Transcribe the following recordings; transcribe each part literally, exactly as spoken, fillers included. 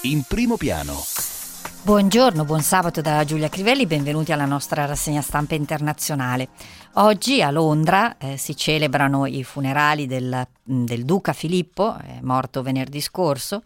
in primo piano. Buongiorno, buon sabato da Giulia Crivelli, benvenuti alla nostra rassegna stampa internazionale. Oggi a Londra eh, si celebrano i funerali del, del duca Filippo, eh, morto venerdì scorso,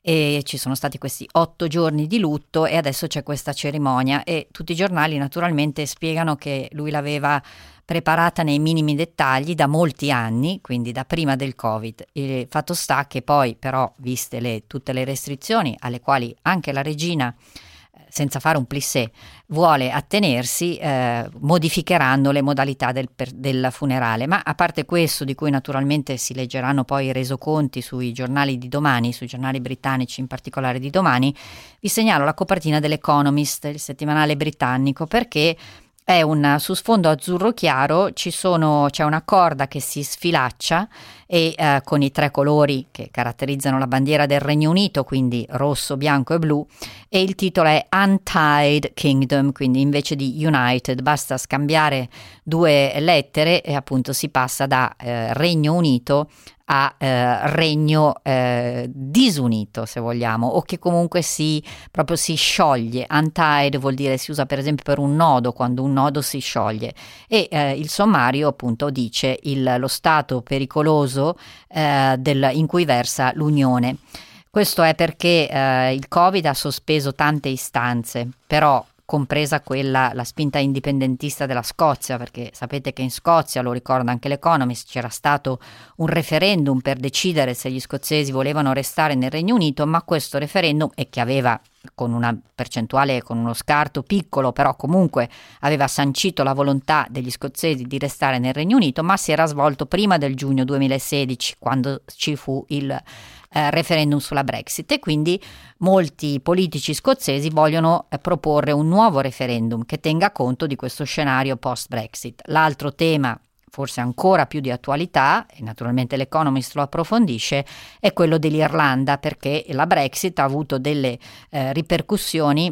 e ci sono stati questi otto giorni di lutto e adesso c'è questa cerimonia e tutti i giornali naturalmente spiegano che lui l'aveva preparata nei minimi dettagli da molti anni, quindi da prima del Covid. Il fatto sta che poi però, viste le, tutte le restrizioni alle quali anche la regina, senza fare un plissé, vuole attenersi, eh, modificheranno le modalità del, per, del funerale. Ma a parte questo, di cui naturalmente si leggeranno poi i resoconti sui giornali di domani, sui giornali britannici in particolare di domani, vi segnalo la copertina dell'Economist, il settimanale britannico, perché è un, su sfondo azzurro chiaro ci sono, c'è una corda che si sfilaccia e eh, con i tre colori che caratterizzano la bandiera del Regno Unito, quindi rosso, bianco e blu, e il titolo è Untied Kingdom, quindi invece di United basta scambiare due lettere e appunto si passa da eh, Regno Unito a eh, regno eh, disunito, se vogliamo, o che comunque si proprio si scioglie. Untied vuol dire, si usa per esempio per un nodo, quando un nodo si scioglie, e eh, il sommario appunto dice il, lo stato pericoloso eh, del, in cui versa l'Unione. Questo è perché eh, il Covid ha sospeso tante istanze, però compresa quella, la spinta indipendentista della Scozia, perché sapete che in Scozia, lo ricorda anche l'Economist, c'era stato un referendum per decidere se gli scozzesi volevano restare nel Regno Unito, ma questo referendum, e che aveva con una percentuale, con uno scarto piccolo, però comunque aveva sancito la volontà degli scozzesi di restare nel Regno Unito, ma si era svolto prima del giugno duemilasedici, quando ci fu il eh, referendum sulla Brexit, e quindi molti politici scozzesi vogliono eh, proporre un nuovo referendum che tenga conto di questo scenario post-Brexit. L'altro tema, forse ancora più di attualità, e naturalmente l'Economist lo approfondisce, è quello dell'Irlanda, perché la Brexit ha avuto delle eh, ripercussioni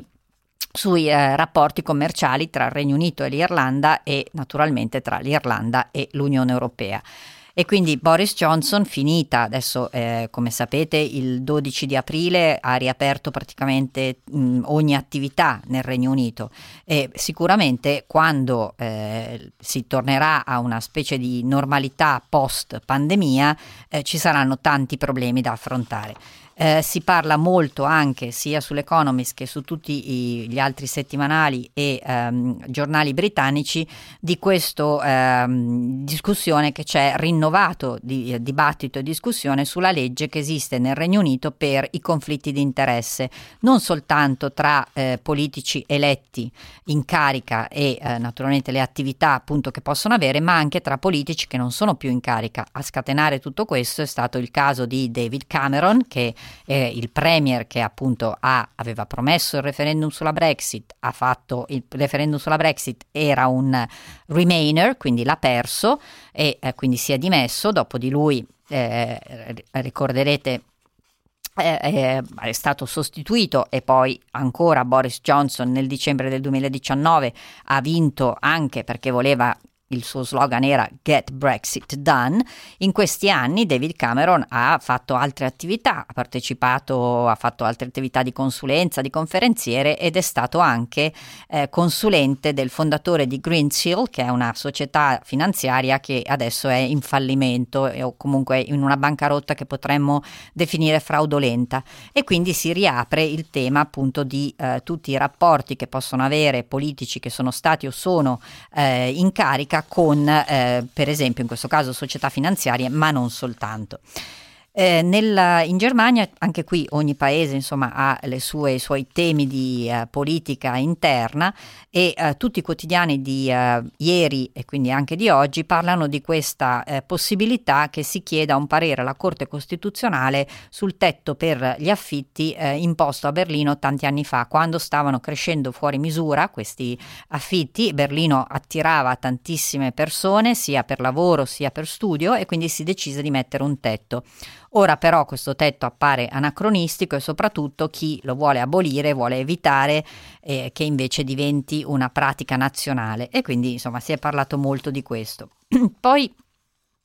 sui eh, rapporti commerciali tra il Regno Unito e l'Irlanda e naturalmente tra l'Irlanda e l'Unione Europea. E quindi Boris Johnson, finita adesso, eh, come sapete, il dodici di aprile ha riaperto praticamente mh, ogni attività nel Regno Unito, e sicuramente quando eh, si tornerà a una specie di normalità post pandemia eh, ci saranno tanti problemi da affrontare. Eh, si parla molto anche sia sull'Economist che su tutti i, gli altri settimanali e ehm, giornali britannici di questa ehm, discussione che c'è, rinnovato di, eh, dibattito e discussione sulla legge che esiste nel Regno Unito per i conflitti di interesse, non soltanto tra eh, politici eletti in carica e eh, naturalmente le attività appunto che possono avere, ma anche tra politici che non sono più in carica. A scatenare tutto questo è stato il caso di David Cameron, che Eh, il premier che appunto ha, aveva promesso il referendum sulla Brexit, ha fatto il referendum sulla Brexit, era un Remainer, quindi l'ha perso e eh, quindi si è dimesso. Dopo di lui eh, ricorderete eh, eh, è stato sostituito, e poi ancora Boris Johnson nel dicembre del duemiladiciannove ha vinto anche perché voleva, il suo slogan era Get Brexit Done. In questi anni David Cameron ha fatto altre attività, ha partecipato, ha fatto altre attività di consulenza, di conferenziere, ed è stato anche eh, consulente del fondatore di Greensill, che è una società finanziaria che adesso è in fallimento eh, o comunque in una bancarotta che potremmo definire fraudolenta, e quindi si riapre il tema appunto di eh, tutti i rapporti che possono avere politici che sono stati o sono eh, in carica con eh, per esempio in questo caso società finanziarie, ma non soltanto. Eh, nel, in Germania, anche qui ogni paese insomma ha le sue, i suoi temi di uh, politica interna, e uh, tutti i quotidiani di uh, ieri e quindi anche di oggi parlano di questa uh, possibilità che si chieda un parere alla Corte Costituzionale sul tetto per gli affitti uh, imposto a Berlino tanti anni fa, quando stavano crescendo fuori misura questi affitti. Berlino attirava tantissime persone sia per lavoro sia per studio, e quindi si decise di mettere un tetto. Ora però questo tetto appare anacronistico, e soprattutto chi lo vuole abolire vuole evitare eh, che invece diventi una pratica nazionale, e quindi insomma si è parlato molto di questo. Poi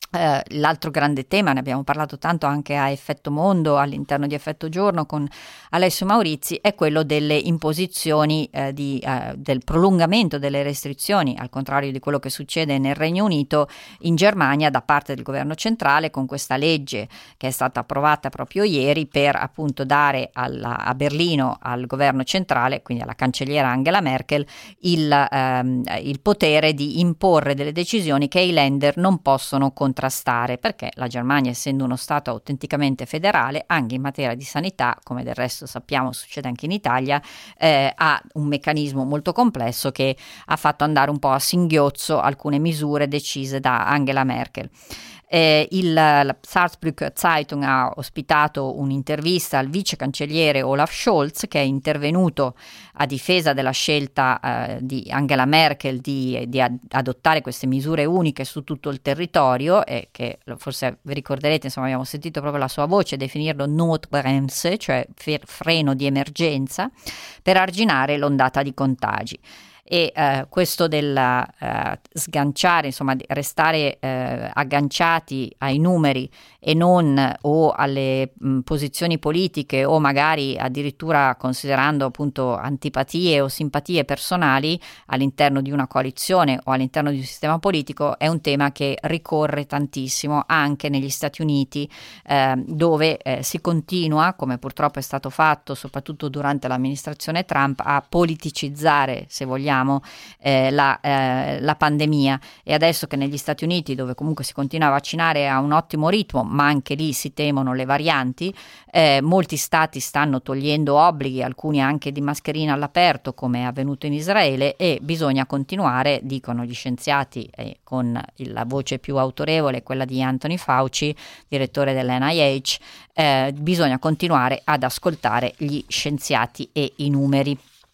Uh, l'altro grande tema, ne abbiamo parlato tanto anche a Effetto Mondo, all'interno di Effetto Giorno con Alessio Maurizi, è quello delle imposizioni, uh, di, uh, del prolungamento delle restrizioni, al contrario di quello che succede nel Regno Unito, in Germania da parte del governo centrale, con questa legge che è stata approvata proprio ieri per appunto dare alla, a Berlino al governo centrale, quindi alla cancelliera Angela Merkel, il, um, il potere di imporre delle decisioni che i Länder non possono contrastare, perché la Germania, essendo uno Stato autenticamente federale, anche in materia di sanità, come del resto sappiamo succede anche in Italia, eh, ha un meccanismo molto complesso che ha fatto andare un po' a singhiozzo alcune misure decise da Angela Merkel. Eh, il la Salzburger Zeitung ha ospitato un'intervista al vice cancelliere Olaf Scholz, che è intervenuto a difesa della scelta eh, di Angela Merkel di, di ad- adottare queste misure uniche su tutto il territorio, e che forse vi ricorderete, insomma abbiamo sentito proprio la sua voce definirlo Notbremse, cioè fer- freno di emergenza, per arginare l'ondata di contagi. E eh, questo del eh, sganciare, insomma di restare eh, agganciati ai numeri e non o alle mh, posizioni politiche, o magari addirittura considerando appunto antipatie o simpatie personali all'interno di una coalizione o all'interno di un sistema politico, è un tema che ricorre tantissimo anche negli Stati Uniti, eh, dove eh, si continua, come purtroppo è stato fatto soprattutto durante l'amministrazione Trump, a politicizzare, se vogliamo, Eh, la, eh, la pandemia. E adesso che negli Stati Uniti, dove comunque si continua a vaccinare a un ottimo ritmo, ma anche lì si temono le varianti, eh, molti stati stanno togliendo obblighi, alcuni anche di mascherina all'aperto, come è avvenuto in Israele, e bisogna continuare, dicono gli scienziati, eh, con la voce più autorevole, quella di Anthony Fauci, direttore dell'N I H, eh, bisogna continuare ad ascoltare gli scienziati e i numeri.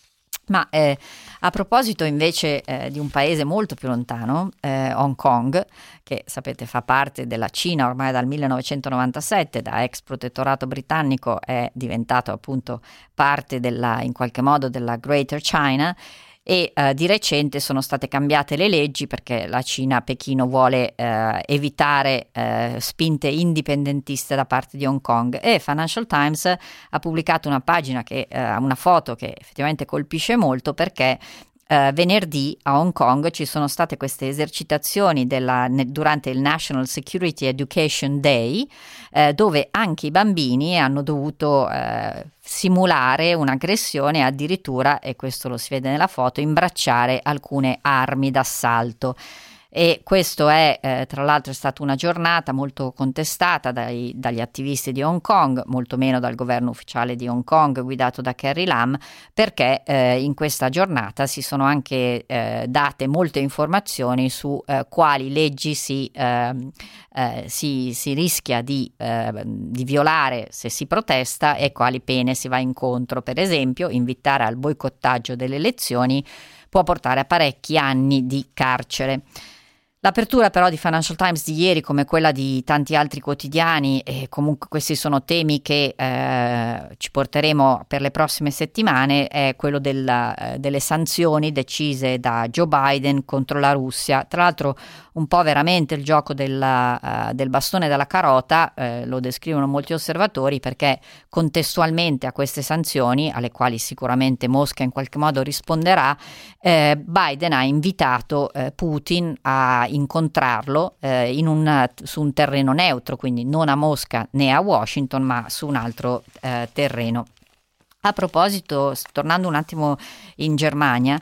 Ma eh, a proposito invece eh, di un paese molto più lontano, eh, Hong Kong, che sapete fa parte della Cina ormai dal millenovecentonovantasette, da ex protettorato britannico è diventato appunto parte della, in qualche modo, della Greater China. E uh, di recente sono state cambiate le leggi perché la Cina, Pechino, vuole uh, evitare uh, spinte indipendentiste da parte di Hong Kong, e Financial Times ha pubblicato una pagina che uh, una foto che effettivamente colpisce molto, perché Uh, venerdì a Hong Kong ci sono state queste esercitazioni della, ne, durante il National Security Education Day, uh, dove anche i bambini hanno dovuto uh, simulare un'aggressione, addirittura, e questo lo si vede nella foto, imbracciare alcune armi d'assalto. E questo è, eh, tra l'altro, è stata una giornata molto contestata dai, dagli attivisti di Hong Kong, molto meno dal governo ufficiale di Hong Kong guidato da Carrie Lam, perché eh, in questa giornata si sono anche eh, date molte informazioni su eh, quali leggi si, eh, eh, si, si rischia di, eh, di violare se si protesta e quali pene si va incontro. Per esempio, invitare al boicottaggio delle elezioni può portare a parecchi anni di carcere. L'apertura però di Financial Times di ieri, come quella di tanti altri quotidiani, e comunque questi sono temi che eh, ci porteremo per le prossime settimane, è quello della, eh, delle sanzioni decise da Joe Biden contro la Russia. Tra l'altro un po' veramente il gioco della, uh, del bastone e della carota, eh, lo descrivono molti osservatori, perché contestualmente a queste sanzioni, alle quali sicuramente Mosca in qualche modo risponderà, eh, Biden ha invitato eh, Putin a incontrarlo eh, in un, su un terreno neutro, quindi non a Mosca né a Washington, ma su un altro eh, terreno. A proposito, tornando un attimo in Germania,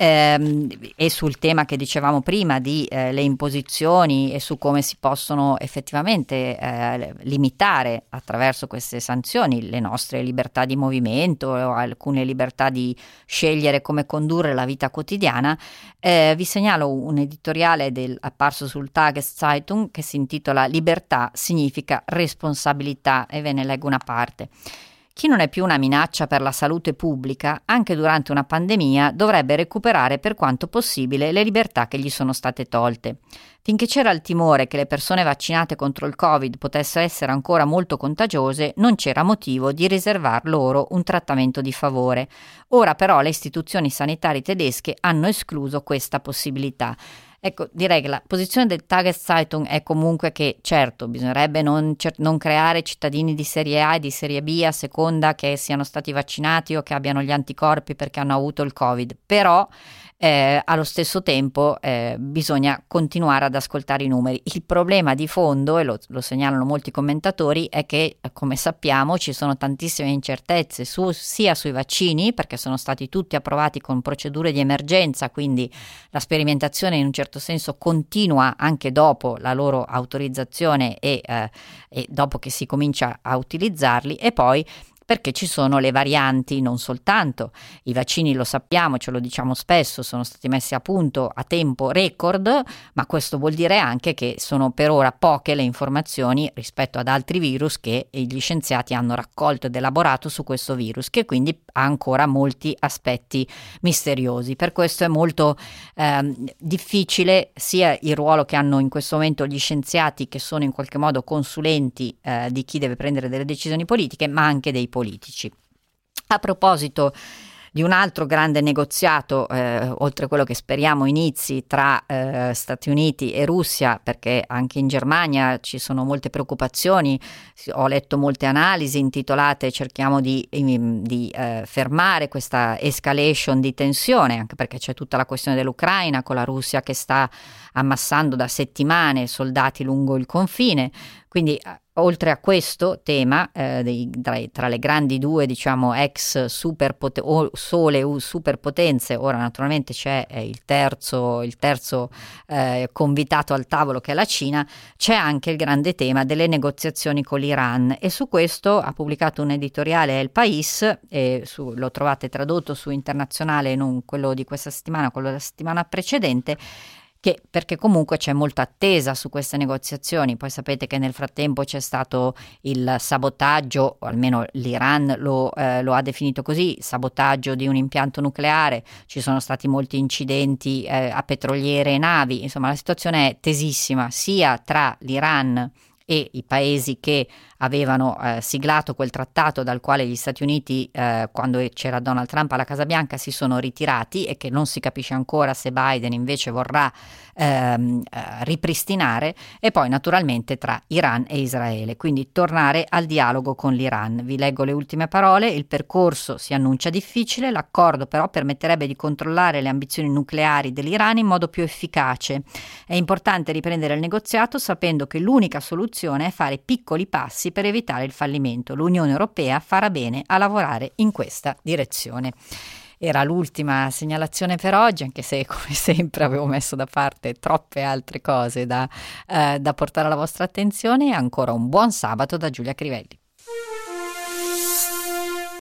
ehm, e sul tema che dicevamo prima di eh, le imposizioni e su come si possono effettivamente eh, limitare attraverso queste sanzioni le nostre libertà di movimento o alcune libertà di scegliere come condurre la vita quotidiana, eh, vi segnalo un editoriale del, apparso sul Tageszeitung, che si intitola "Libertà significa responsabilità", e ve ne leggo una parte. Chi non è più una minaccia per la salute pubblica, anche durante una pandemia, dovrebbe recuperare per quanto possibile le libertà che gli sono state tolte. Finché c'era il timore che le persone vaccinate contro il Covid potessero essere ancora molto contagiose, non c'era motivo di riservar loro un trattamento di favore. Ora però le istituzioni sanitarie tedesche hanno escluso questa possibilità. Ecco, direi che la posizione del Tageszeitung è comunque che, certo, bisognerebbe non, cer- non creare cittadini di serie A e di serie B a seconda che siano stati vaccinati o che abbiano gli anticorpi perché hanno avuto il Covid, però eh, allo stesso tempo eh, bisogna continuare ad ascoltare i numeri. Il problema di fondo, e lo, lo segnalano molti commentatori, è che, come sappiamo, ci sono tantissime incertezze su, sia sui vaccini, perché sono stati tutti approvati con procedure di emergenza, quindi la sperimentazione in un certo senso continua anche dopo la loro autorizzazione e, eh, e dopo che si comincia a utilizzarli, e poi perché ci sono le varianti, non soltanto i vaccini, lo sappiamo, ce lo diciamo spesso, sono stati messi a punto a tempo record, ma questo vuol dire anche che sono per ora poche le informazioni rispetto ad altri virus che gli scienziati hanno raccolto ed elaborato su questo virus, che quindi ha ancora molti aspetti misteriosi. Per questo è molto eh, difficile sia il ruolo che hanno in questo momento gli scienziati, che sono in qualche modo consulenti eh, di chi deve prendere delle decisioni politiche, ma anche dei politici. A proposito di un altro grande negoziato, eh, oltre a quello che speriamo inizi tra eh, Stati Uniti e Russia, perché anche in Germania ci sono molte preoccupazioni, ho letto molte analisi intitolate cerchiamo di, di eh, fermare questa escalation di tensione, anche perché c'è tutta la questione dell'Ucraina con la Russia che sta ammassando da settimane soldati lungo il confine, quindi oltre a questo tema eh, dei, tra, tra le grandi due, diciamo, ex superpote- o sole u superpotenze, ora naturalmente c'è eh, il terzo, il terzo eh, convitato al tavolo che è la Cina, c'è anche il grande tema delle negoziazioni con l'Iran, e su questo ha pubblicato un editoriale El País, e su, lo trovate tradotto su Internazionale, non quello di questa settimana, quello della settimana precedente, che perché comunque c'è molta attesa su queste negoziazioni. Poi sapete che nel frattempo c'è stato il sabotaggio, o almeno l'Iran lo, eh, lo ha definito così, sabotaggio di un impianto nucleare, ci sono stati molti incidenti eh, a petroliere e navi, insomma la situazione è tesissima sia tra l'Iran e i paesi che avevano eh, siglato quel trattato dal quale gli Stati Uniti, eh, quando c'era Donald Trump alla Casa Bianca, si sono ritirati, e che non si capisce ancora se Biden invece vorrà ehm, eh, ripristinare, e poi naturalmente tra Iran e Israele, quindi tornare al dialogo con l'Iran. Vi leggo le ultime parole: il percorso si annuncia difficile, l'accordo però permetterebbe di controllare le ambizioni nucleari dell'Iran in modo più efficace. È importante riprendere il negoziato sapendo che l'unica soluzione è fare piccoli passi per evitare il fallimento. L'Unione Europea farà bene a lavorare in questa direzione. Era l'ultima segnalazione per oggi, anche se come sempre avevo messo da parte troppe altre cose da, eh, da portare alla vostra attenzione. Ancora un buon sabato da Giulia Crivelli.